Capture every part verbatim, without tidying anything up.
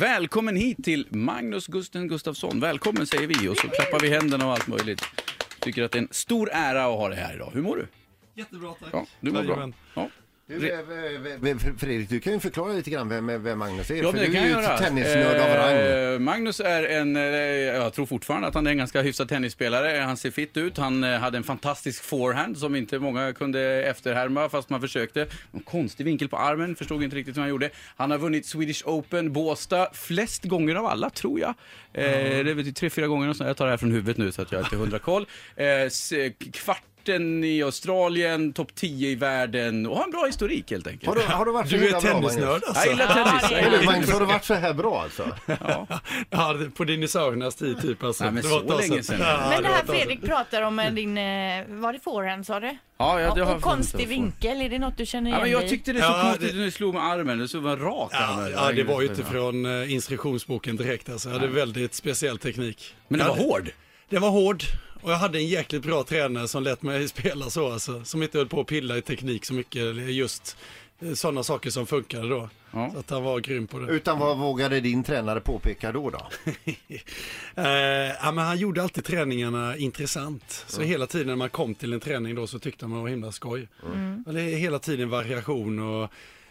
Välkommen hit till Magnus Gusten Gustafsson. Välkommen säger vi och så klappar vi händerna och allt möjligt. Tycker att det är en stor ära att ha dig här idag. Hur mår du? Jättebra, tack. Ja, du mår bra. Ja. Du, Fredrik, du kan ju förklara lite grann vem, vem Magnus är. Ja, för det du kan är ju göra. tennisnörd av rang. Eh, Magnus är en, eh, jag tror fortfarande att han är en ganska hyfsad tennisspelare. Han ser fit ut. Han eh, hade en fantastisk forehand som inte många kunde efterhärma fast man försökte. En konstig vinkel på armen, förstod inte riktigt hur han gjorde. Han har vunnit Swedish Open, Båstad, flest gånger av alla tror jag. Eh, mm. Det är tre, fyra gånger. Jag tar det här från huvudet nu så att jag har inte hundra koll. Eh, kvart i Australien, topp tio i världen och har en bra historik helt enkelt. Har du, har du varit så du är tennisnörd alltså? Jag gillar tennis. Ja, det är... Magnus, har du varit så här bra alltså? Ja, ja på dinosauriernas tid typ alltså. Nej, men det så var länge sedan. Ja, men det det här var Fredrik pratar om din, var det forehand sa du? Ja, ja, det ja, har och konstig vinkel, är det något du känner igen? Ja, men jag tyckte det så ja, coolt när du slog med armen, det så var rak. Ja, ja, det var ju inte från uh, instruktionsboken direkt alltså. Jag hade ja. väldigt speciell teknik. Men det var hade... hård? Det var hård. Och jag hade en jäkligt bra tränare som lät mig spela så alltså, som inte höll på att pilla i teknik så mycket, just sådana saker som funkade då. Ja. Så att han var grym på det. Utan vad vågade din tränare påpeka då då? eh, ja, men han gjorde alltid träningarna intressant. Så mm. hela tiden när man kom till en träning då så tyckte man var himla skoj. Mm. Och det är hela tiden variation och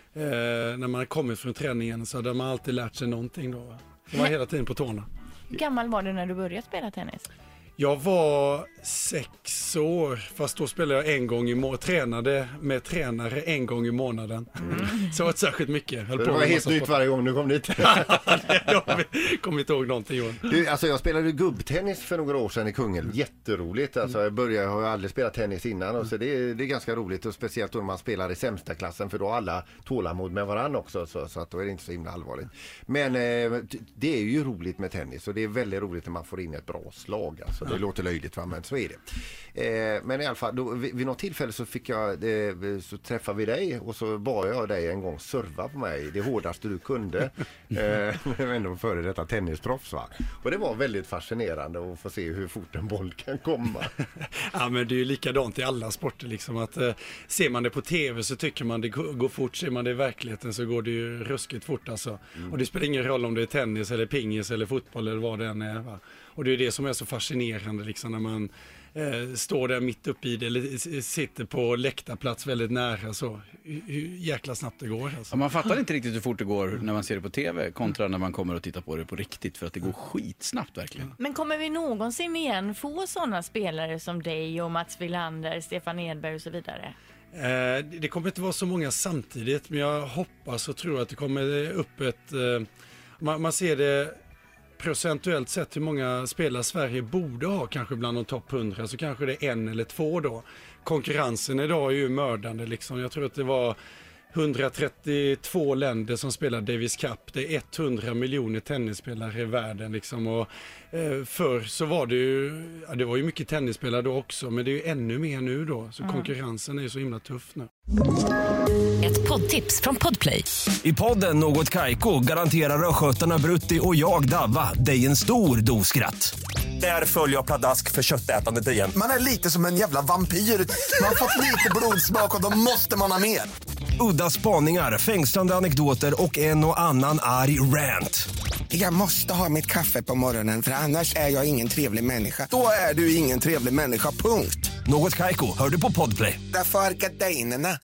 eh, när man kommit från träningen så hade man alltid lärt sig någonting då. Så man var hela tiden på tårna. Hur gammal var du när du började spela tennis? Jag var sex år, fast då spelade jag en gång i månaden, tränade med tränare en gång i månaden. Mm. Så var det särskilt mycket. Höll det på var helt nytt varje gång du kom dit. Jag kommer inte ihåg någonting. Du, alltså jag spelade gubbtennis för några år sedan i Kungälv. Jätteroligt. Alltså jag började, jag har aldrig spelat tennis innan och så det är, det är ganska roligt och speciellt när man spelar i sämsta klassen för då har alla tålamod med varann också så, så att då är det inte så himla allvarligt. Men eh, det är ju roligt med tennis och det är väldigt roligt när man får in ett bra slag alltså. Det låter löjligt va, men så är det. Eh, men i alla fall, då, vid, vid något tillfälle så fick jag, eh, så träffade vi dig och så bad jag dig en gång serva på mig det hårdaste du kunde. Eh, ändå före detta tennisproffs va. Och det var väldigt fascinerande att få se hur fort en boll kan komma. Ja men det är ju likadant i alla sporter liksom att eh, ser man det på tv så tycker man det går fort, ser man det i verkligheten så går det ju ruskigt fort alltså. Mm. Och det spelar ingen roll om det är tennis eller pingis eller fotboll eller vad det än är va. Och det är det som är så fascinerande liksom när man eh, står där mitt uppe i det eller sitter på läktarplats väldigt nära så hur jäkla snabbt det går alltså. Ja, man fattar inte riktigt hur fort det går när man ser det på tv kontra när man kommer och tittar på det på riktigt för att det går skitsnabbt verkligen. Men kommer vi någonsin igen få sådana spelare som dig och Mats Wilander, Stefan Edberg och så vidare? Eh, det kommer inte vara så många samtidigt men jag hoppas och tror att det kommer upp ett eh, man, man ser det procentuellt sett hur många spelare Sverige borde ha kanske bland de topp hundra så kanske det är en eller två då. Konkurrensen idag är ju mördande liksom. Jag tror att det var hundratrettiotvå länder som spelar Davis Cup. Det är hundra miljoner tennisspelare i världen liksom och eh, förr så var det ju ja, det var ju mycket tennisspelare då också men det är ju ännu mer nu då så mm. konkurrensen är ju så himla tuff nu. Ett poddtips från Podplay. I podden Något Kaiko garanterar röskötarna Brutti och jag Davva dig en stor doskratt. Där följer jag pladask för köttätandet igen. Man är lite som en jävla vampyr. Man har fått lite blodsmak och då måste man ha mer. Udda spaningar, fängslande anekdoter och en och annan arg rant. Jag måste ha mitt kaffe på morgonen för annars är jag ingen trevlig människa. Då är du ingen trevlig människa, punkt. Något Kaiko, hör du på Podplay. Därför är gardinerna.